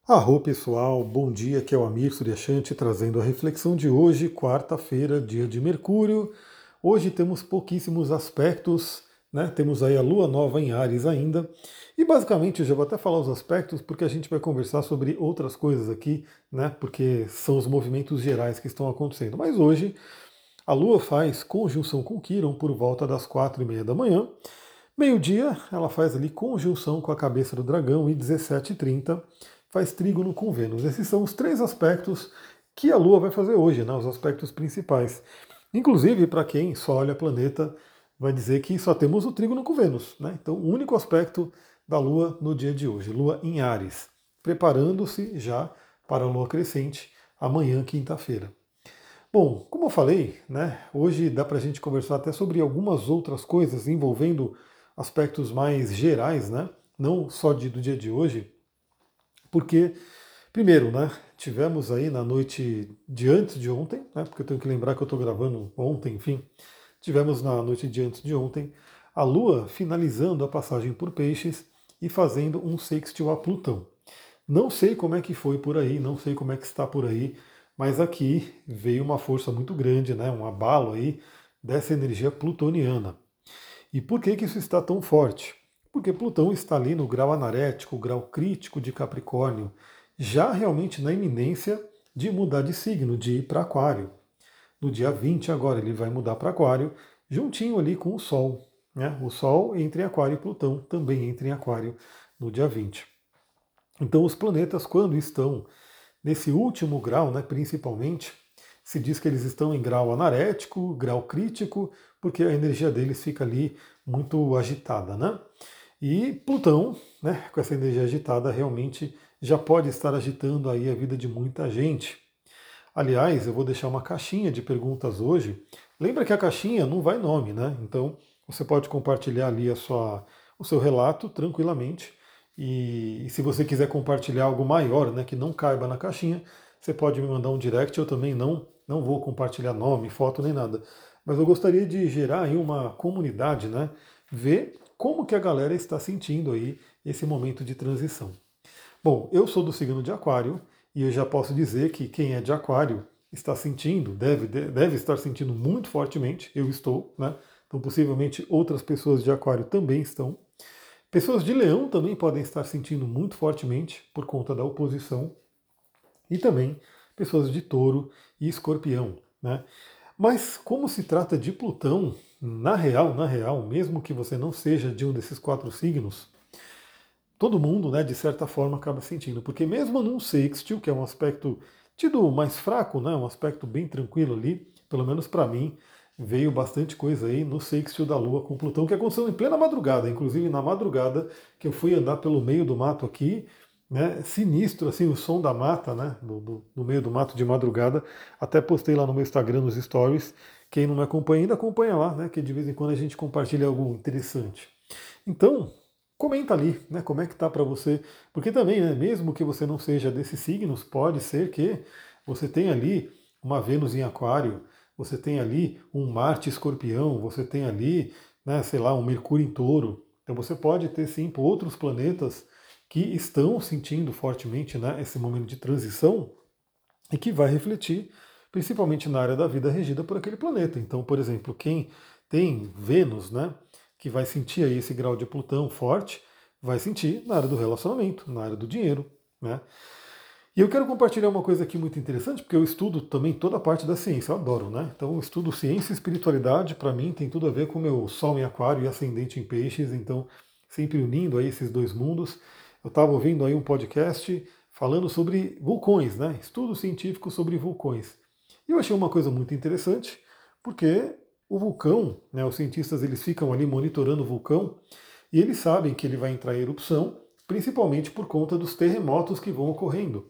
Arro pessoal, bom dia, aqui é o Amir Suryashanti trazendo a reflexão de hoje, quarta-feira, dia de Mercúrio. Hoje temos pouquíssimos aspectos, né? Temos aí a Lua nova em Áries ainda. E basicamente eu já vou até falar os aspectos porque a gente vai conversar sobre outras coisas aqui, né? Porque são os movimentos gerais que estão acontecendo. Mas hoje a Lua faz conjunção com Quirón por volta das 4:30 da manhã. Meio-dia, ela faz ali conjunção com a cabeça do dragão e 17:30 faz trígono com Vênus. Esses são os três aspectos que a Lua vai fazer hoje, né, os aspectos principais. Inclusive, para quem só olha planeta, vai dizer que só temos o trígono com Vênus. Né? Então, o único aspecto da Lua no dia de hoje, Lua em Áries, preparando-se já para a Lua crescente amanhã, quinta-feira. Bom, como eu falei, né, hoje dá para a gente conversar até sobre algumas outras coisas envolvendo aspectos mais gerais, né, não só do dia de hoje, porque, primeiro, né, tivemos aí na noite de antes de ontem, né, porque eu tenho que lembrar que eu estou gravando ontem, enfim, tivemos na noite de antes de ontem a Lua finalizando a passagem por Peixes e fazendo um sextil a Plutão. Não sei como é que foi por aí, não sei como é que está por aí, mas aqui veio uma força muito grande, né, um abalo aí dessa energia plutoniana. E por que que isso está tão forte? Porque Plutão está ali no grau anarético, o grau crítico de Capricórnio, já realmente na iminência de mudar de signo, de ir para Aquário. No dia 20 agora ele vai mudar para Aquário, juntinho ali com o Sol. Né? O Sol entra em Aquário e Plutão também entra em Aquário no dia 20. Então os planetas, quando estão nesse último grau, né, principalmente, se diz que eles estão em grau anarético, grau crítico, porque a energia deles fica ali muito agitada, né? E Plutão, né, com essa energia agitada, realmente já pode estar agitando aí a vida de muita gente. Aliás, eu vou deixar uma caixinha de perguntas hoje. Lembra que a caixinha não vai nome, né? Então você pode compartilhar ali o seu relato tranquilamente. E se você quiser compartilhar algo maior, né, que não caiba na caixinha, você pode me mandar um direct. Eu também não vou compartilhar nome, foto nem nada. Mas eu gostaria de gerar aí uma comunidade, né? Ver como que a galera está sentindo aí esse momento de transição. Bom, eu sou do signo de Aquário e eu já posso dizer que quem é de Aquário está sentindo, deve estar sentindo muito fortemente. Eu estou, né? Então, possivelmente outras pessoas de Aquário também estão. Pessoas de Leão também podem estar sentindo muito fortemente por conta da oposição. E também pessoas de Touro e Escorpião, né? Mas como se trata de Plutão, na real, mesmo que você não seja de um desses quatro signos, todo mundo, né, de certa forma, acaba sentindo. Porque mesmo num sextil, que é um aspecto tido mais fraco, né, um aspecto bem tranquilo ali, pelo menos para mim, veio bastante coisa aí no sextil da Lua com Plutão, que aconteceu em plena madrugada, inclusive na madrugada que eu fui andar pelo meio do mato aqui, né, sinistro, assim, o som da mata, né, no meio do mato de madrugada. Até postei lá no meu Instagram, nos stories. Quem não me acompanha ainda, acompanha lá, né, que de vez em quando a gente compartilha algo interessante. Então, comenta ali, né, como é que tá para você, porque também, né, mesmo que você não seja desses signos, pode ser que você tenha ali uma Vênus em Aquário, você tenha ali um Marte Escorpião, você tenha ali, né, sei lá, um Mercúrio em Touro. Então você pode ter sim outros planetas que estão sentindo fortemente, né, esse momento de transição e que vai refletir principalmente na área da vida regida por aquele planeta. Então, por exemplo, quem tem Vênus, né, que vai sentir aí esse grau de Plutão forte, vai sentir na área do relacionamento, na área do dinheiro, né? E eu quero compartilhar uma coisa aqui muito interessante, porque eu estudo também toda a parte da ciência, eu adoro, né? Então eu estudo ciência e espiritualidade, para mim tem tudo a ver com o meu Sol em Aquário e Ascendente em Peixes, então sempre unindo aí esses dois mundos. Eu estava ouvindo aí um podcast falando sobre vulcões, né? Estudo científico sobre vulcões. E eu achei uma coisa muito interessante, porque o vulcão, né, os cientistas eles ficam ali monitorando o vulcão e eles sabem que ele vai entrar em erupção, principalmente por conta dos terremotos que vão ocorrendo.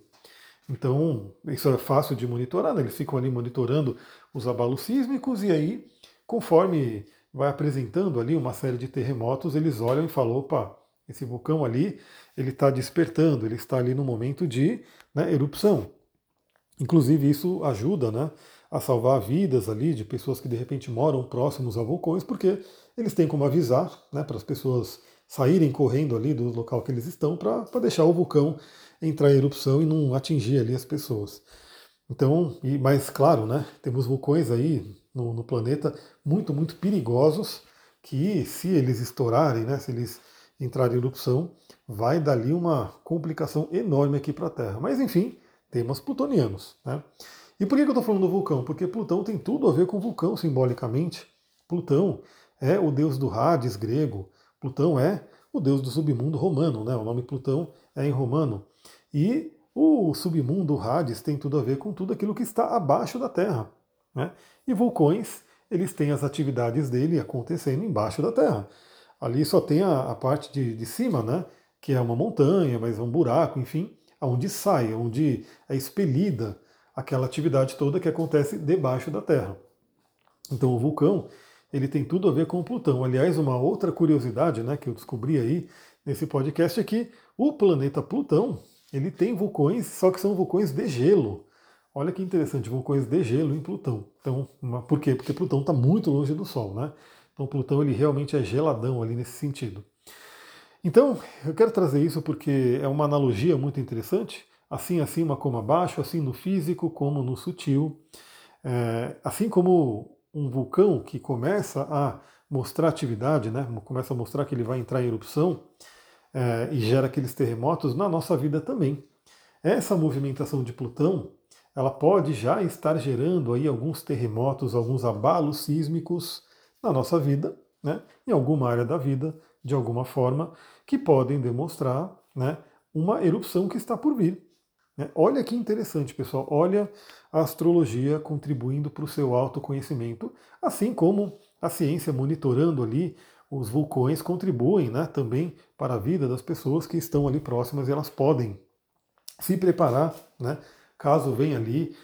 Então, isso é fácil de monitorar, né? Eles ficam ali monitorando os abalos sísmicos e aí, conforme vai apresentando ali uma série de terremotos, eles olham e falam, opa, esse vulcão ali, ele está despertando, ele está ali no momento de, né, erupção. Inclusive isso ajuda, né, a salvar vidas ali de pessoas que de repente moram próximos a vulcões, porque eles têm como avisar, né, para as pessoas saírem correndo ali do local que eles estão para deixar o vulcão entrar em erupção e não atingir ali as pessoas. Então, mas claro, né, temos vulcões aí no planeta muito perigosos que se eles estourarem, né, se eles entrarem em erupção, vai dali uma complicação enorme aqui para a Terra. Mas enfim, temas plutonianos. Né? E por que eu estou falando do vulcão? Porque Plutão tem tudo a ver com vulcão simbolicamente. Plutão é o deus do Hades grego. Plutão é o deus do submundo romano. Né? O nome Plutão é em romano. E o submundo, o Hades, tem tudo a ver com tudo aquilo que está abaixo da Terra. Né? E vulcões, eles têm as atividades dele acontecendo embaixo da Terra. Ali só tem a parte de cima, né? Que é uma montanha, mas é um buraco, enfim, aonde sai, onde é expelida aquela atividade toda que acontece debaixo da Terra. Então o vulcão, ele tem tudo a ver com o Plutão. Aliás, uma outra curiosidade, né, que eu descobri aí nesse podcast é que o planeta Plutão, ele tem vulcões, só que são vulcões de gelo. Olha que interessante, vulcões de gelo em Plutão. Então, por quê? Porque Plutão está muito longe do Sol, né? Então Plutão ele realmente é geladão ali nesse sentido. Então, eu quero trazer isso porque é uma analogia muito interessante, assim acima como abaixo, assim no físico como no sutil. Assim como um vulcão que começa a mostrar atividade, né, começa a mostrar que ele vai entrar em erupção e gera aqueles terremotos, na nossa vida também. Essa movimentação de Plutão, ela pode já estar gerando aí alguns terremotos, alguns abalos sísmicos na nossa vida, né, em alguma área da vida, de alguma forma, que podem demonstrar, né, uma erupção que está por vir. Né. Olha que interessante, pessoal. Olha a astrologia contribuindo para o seu autoconhecimento, assim como a ciência monitorando ali os vulcões contribuem, né, também para a vida das pessoas que estão ali próximas e elas podem se preparar, né, caso venha ali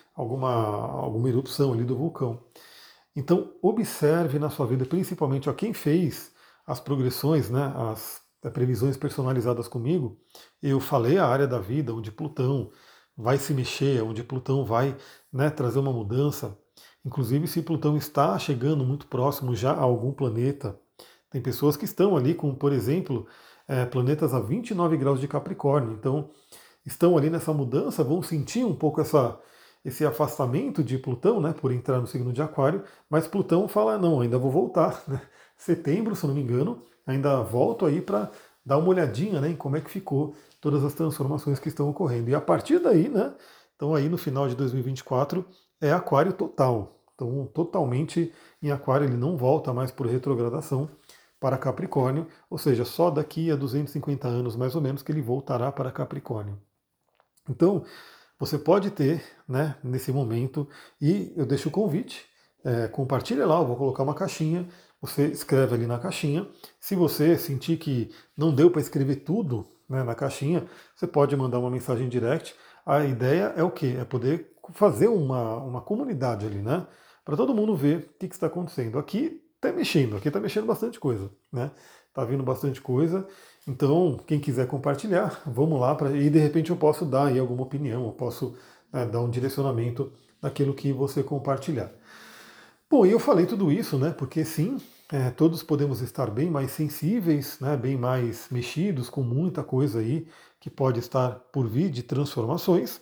alguma erupção ali do vulcão. Então, observe na sua vida, principalmente a quem fez as progressões, né, as previsões personalizadas comigo. Eu falei a área da vida onde Plutão vai se mexer, onde Plutão vai, né, trazer uma mudança. Inclusive, se Plutão está chegando muito próximo já a algum planeta, tem pessoas que estão ali com, por exemplo, planetas a 29 graus de Capricórnio. Então, estão ali nessa mudança, vão sentir um pouco esse afastamento de Plutão, né, por entrar no signo de Aquário, mas Plutão fala, não, ainda vou voltar, né? Setembro, se eu não me engano, ainda volto aí para dar uma olhadinha, né, em como é que ficou todas as transformações que estão ocorrendo. E a partir daí, né, então aí no final de 2024 é Aquário total. Então, totalmente em Aquário, ele não volta mais por retrogradação para Capricórnio, ou seja, só daqui a 250 anos mais ou menos que ele voltará para Capricórnio. Então, você pode ter, né, nesse momento, e eu deixo o convite, compartilha lá, eu vou colocar uma caixinha, você escreve ali na caixinha. Se você sentir que não deu para escrever tudo, né, na caixinha, você pode mandar uma mensagem direct. A ideia é o quê? É poder fazer uma comunidade ali, né? Para todo mundo ver o que está acontecendo. Aqui está mexendo bastante coisa, né? Está vindo bastante coisa. Então, quem quiser compartilhar, vamos lá, e de repente eu posso dar aí alguma opinião, eu posso dar um direcionamento naquilo que você compartilhar. Bom, e eu falei tudo isso, né? Porque sim, todos podemos estar bem mais sensíveis, né, bem mais mexidos com muita coisa aí que pode estar por vir de transformações.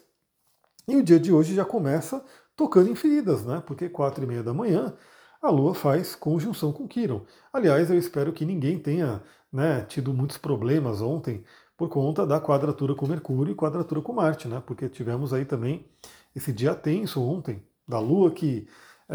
E o dia de hoje já começa tocando em feridas, né? Porque 4:30 da manhã a Lua faz conjunção com Quirón. Aliás, eu espero que ninguém tenha, né, tido muitos problemas ontem por conta da quadratura com Mercúrio e quadratura com Marte, né? Porque tivemos aí também esse dia tenso ontem da Lua que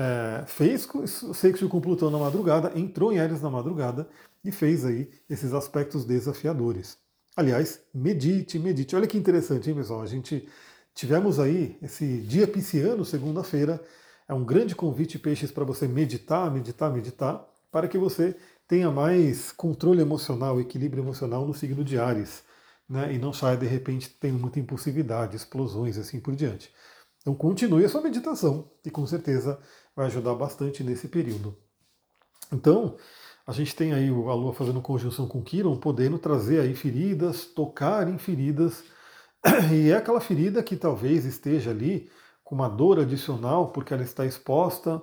fez sexto com Plutão na madrugada, entrou em Áries na madrugada e fez aí esses aspectos desafiadores. Aliás, medite, medite. Olha que interessante, hein, pessoal? A gente tivemos aí esse dia pisciano, segunda-feira. É um grande convite, peixes, para você meditar, meditar, meditar, para que você tenha mais controle emocional, equilíbrio emocional no signo de Áries, né? E não saia de repente tendo muita impulsividade, explosões, assim por diante. Então continue a sua meditação, e com certeza vai ajudar bastante nesse período. Então, a gente tem aí a Lua fazendo conjunção com Quirón, podendo trazer aí feridas, tocar em feridas, e é aquela ferida que talvez esteja ali com uma dor adicional porque ela está exposta,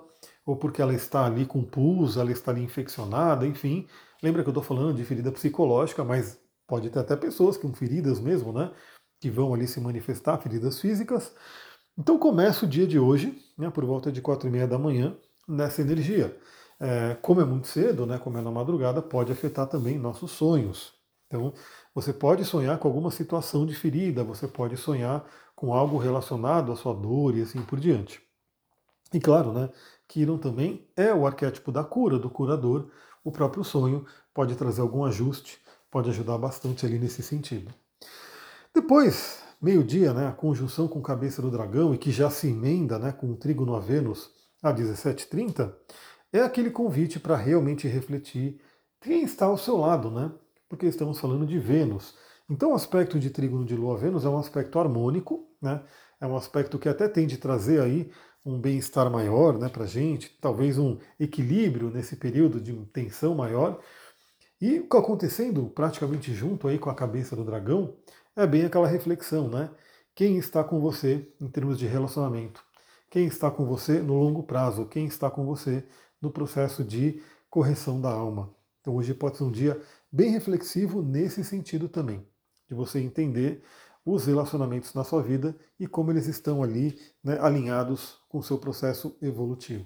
ou porque ela está ali com pus, ela está ali infeccionada, enfim. Lembra que eu estou falando de ferida psicológica, mas pode ter até pessoas com feridas mesmo, né? Que vão ali se manifestar, feridas físicas. Então começa o dia de hoje, né, por volta de 4:30 da manhã, nessa energia. Como é muito cedo, né, como é na madrugada, pode afetar também nossos sonhos. Então, você pode sonhar com alguma situação de ferida, você pode sonhar com algo relacionado à sua dor e assim por diante. E claro, né, Quiron também é o arquétipo da cura, do curador. O próprio sonho pode trazer algum ajuste, pode ajudar bastante ali nesse sentido. Depois, meio-dia, né, a conjunção com cabeça do dragão, e que já se emenda, né, com o trígono a Vênus a 17:30, é aquele convite para realmente refletir quem está ao seu lado, né? Porque estamos falando de Vênus. Então, o aspecto de trígono de Lua-Vênus é um aspecto harmônico, né? É um aspecto que até tende a trazer aí um bem-estar maior, né, para a gente, talvez um equilíbrio nesse período de tensão maior. E o que está acontecendo praticamente junto aí com a cabeça do dragão é bem aquela reflexão, né? Quem está com você em termos de relacionamento? Quem está com você no longo prazo? Quem está com você no processo de correção da alma? Então hoje pode ser um dia bem reflexivo nesse sentido também, de você entender os relacionamentos na sua vida e como eles estão ali, né, alinhados com o seu processo evolutivo.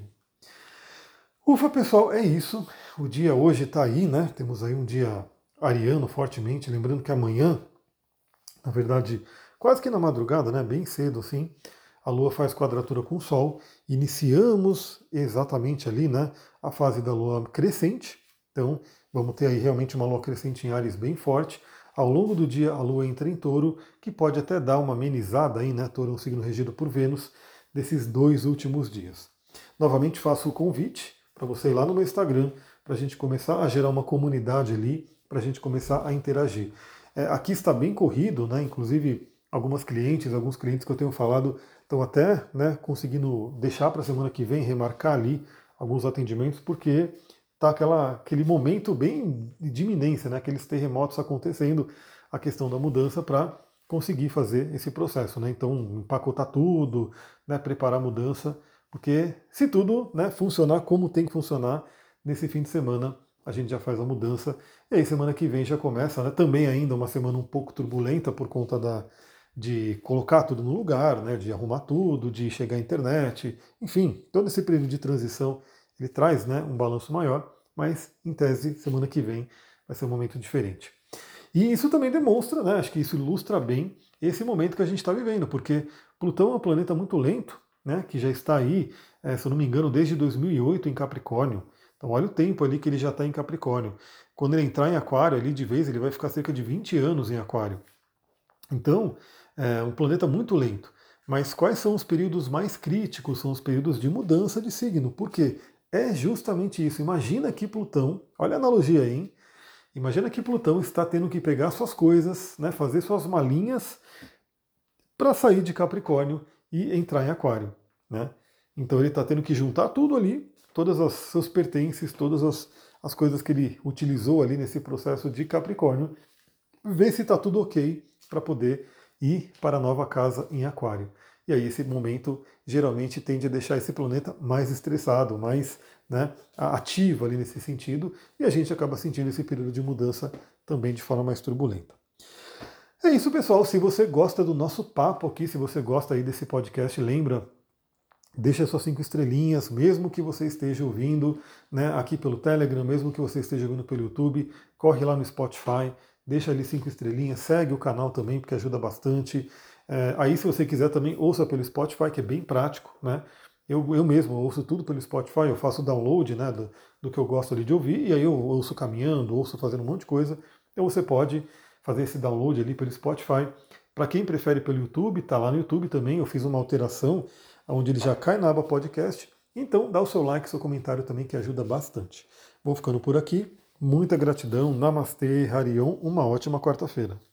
Ufa, pessoal, é isso. O dia hoje está aí, né? Temos aí um dia ariano fortemente. Lembrando que amanhã, na verdade, quase que na madrugada, né? Bem cedo assim, a Lua faz quadratura com o Sol. Iniciamos exatamente ali, né? A fase da Lua crescente. Então, vamos ter aí realmente uma Lua crescente em Áries bem forte. Ao longo do dia, a Lua entra em Touro, que pode até dar uma amenizada aí, né? Touro é um signo regido por Vênus, desses 2 últimos dias. Novamente faço o convite para você ir lá no meu Instagram, para a gente começar a gerar uma comunidade ali, para a gente começar a interagir. Aqui está bem corrido, né? Inclusive alguns clientes que eu tenho falado estão até, né, conseguindo deixar para a semana que vem, remarcar ali alguns atendimentos, porque está aquele momento bem de iminência, né? Aqueles terremotos acontecendo, a questão da mudança para conseguir fazer esse processo, né? Então empacotar tudo, né, preparar a mudança. Porque se tudo, né, funcionar como tem que funcionar, nesse fim de semana a gente já faz a mudança. E aí semana que vem já começa, né, também ainda uma semana um pouco turbulenta por conta de colocar tudo no lugar, né, de arrumar tudo, de chegar à internet. Enfim, todo esse período de transição ele traz, né, um balanço maior, mas em tese semana que vem vai ser um momento diferente. E isso também demonstra, né, acho que isso ilustra bem esse momento que a gente está vivendo, porque Plutão é um planeta muito lento, né, que já está aí, se eu não me engano, desde 2008 em Capricórnio. Então olha o tempo ali que ele já está em Capricórnio. Quando ele entrar em Aquário, ali de vez, ele vai ficar cerca de 20 anos em Aquário. Então, é um planeta muito lento. Mas quais são os períodos mais críticos? São os períodos de mudança de signo. Por quê? É justamente isso. Imagina que Plutão, olha a analogia aí, hein? Imagina que Plutão está tendo que pegar suas coisas, né, fazer suas malinhas para sair de Capricórnio e entrar em Aquário, né? Então ele está tendo que juntar tudo ali, todas os seus pertences, todas as coisas que ele utilizou ali nesse processo de Capricórnio, ver se está tudo ok para poder ir para a nova casa em Aquário. E aí esse momento geralmente tende a deixar esse planeta mais estressado, mais, né, ativo ali nesse sentido, e a gente acaba sentindo esse período de mudança também de forma mais turbulenta. É isso, pessoal. Se você gosta do nosso papo aqui, se você gosta aí desse podcast, lembra, deixa suas 5 estrelinhas, mesmo que você esteja ouvindo, né, aqui pelo Telegram, mesmo que você esteja ouvindo pelo YouTube, corre lá no Spotify, deixa ali 5 estrelinhas, segue o canal também, porque ajuda bastante. Aí, se você quiser também, ouça pelo Spotify, que é bem prático, né? Eu mesmo ouço tudo pelo Spotify, eu faço download, né, do que eu gosto ali de ouvir, e aí eu ouço caminhando, ouço fazendo um monte de coisa. Então você pode fazer esse download ali pelo Spotify. Para quem prefere pelo YouTube, tá lá no YouTube também, eu fiz uma alteração onde ele já cai na aba podcast. Então dá o seu like, seu comentário também, que ajuda bastante. Vou ficando por aqui. Muita gratidão. Namastê, Harion. Uma ótima quarta-feira.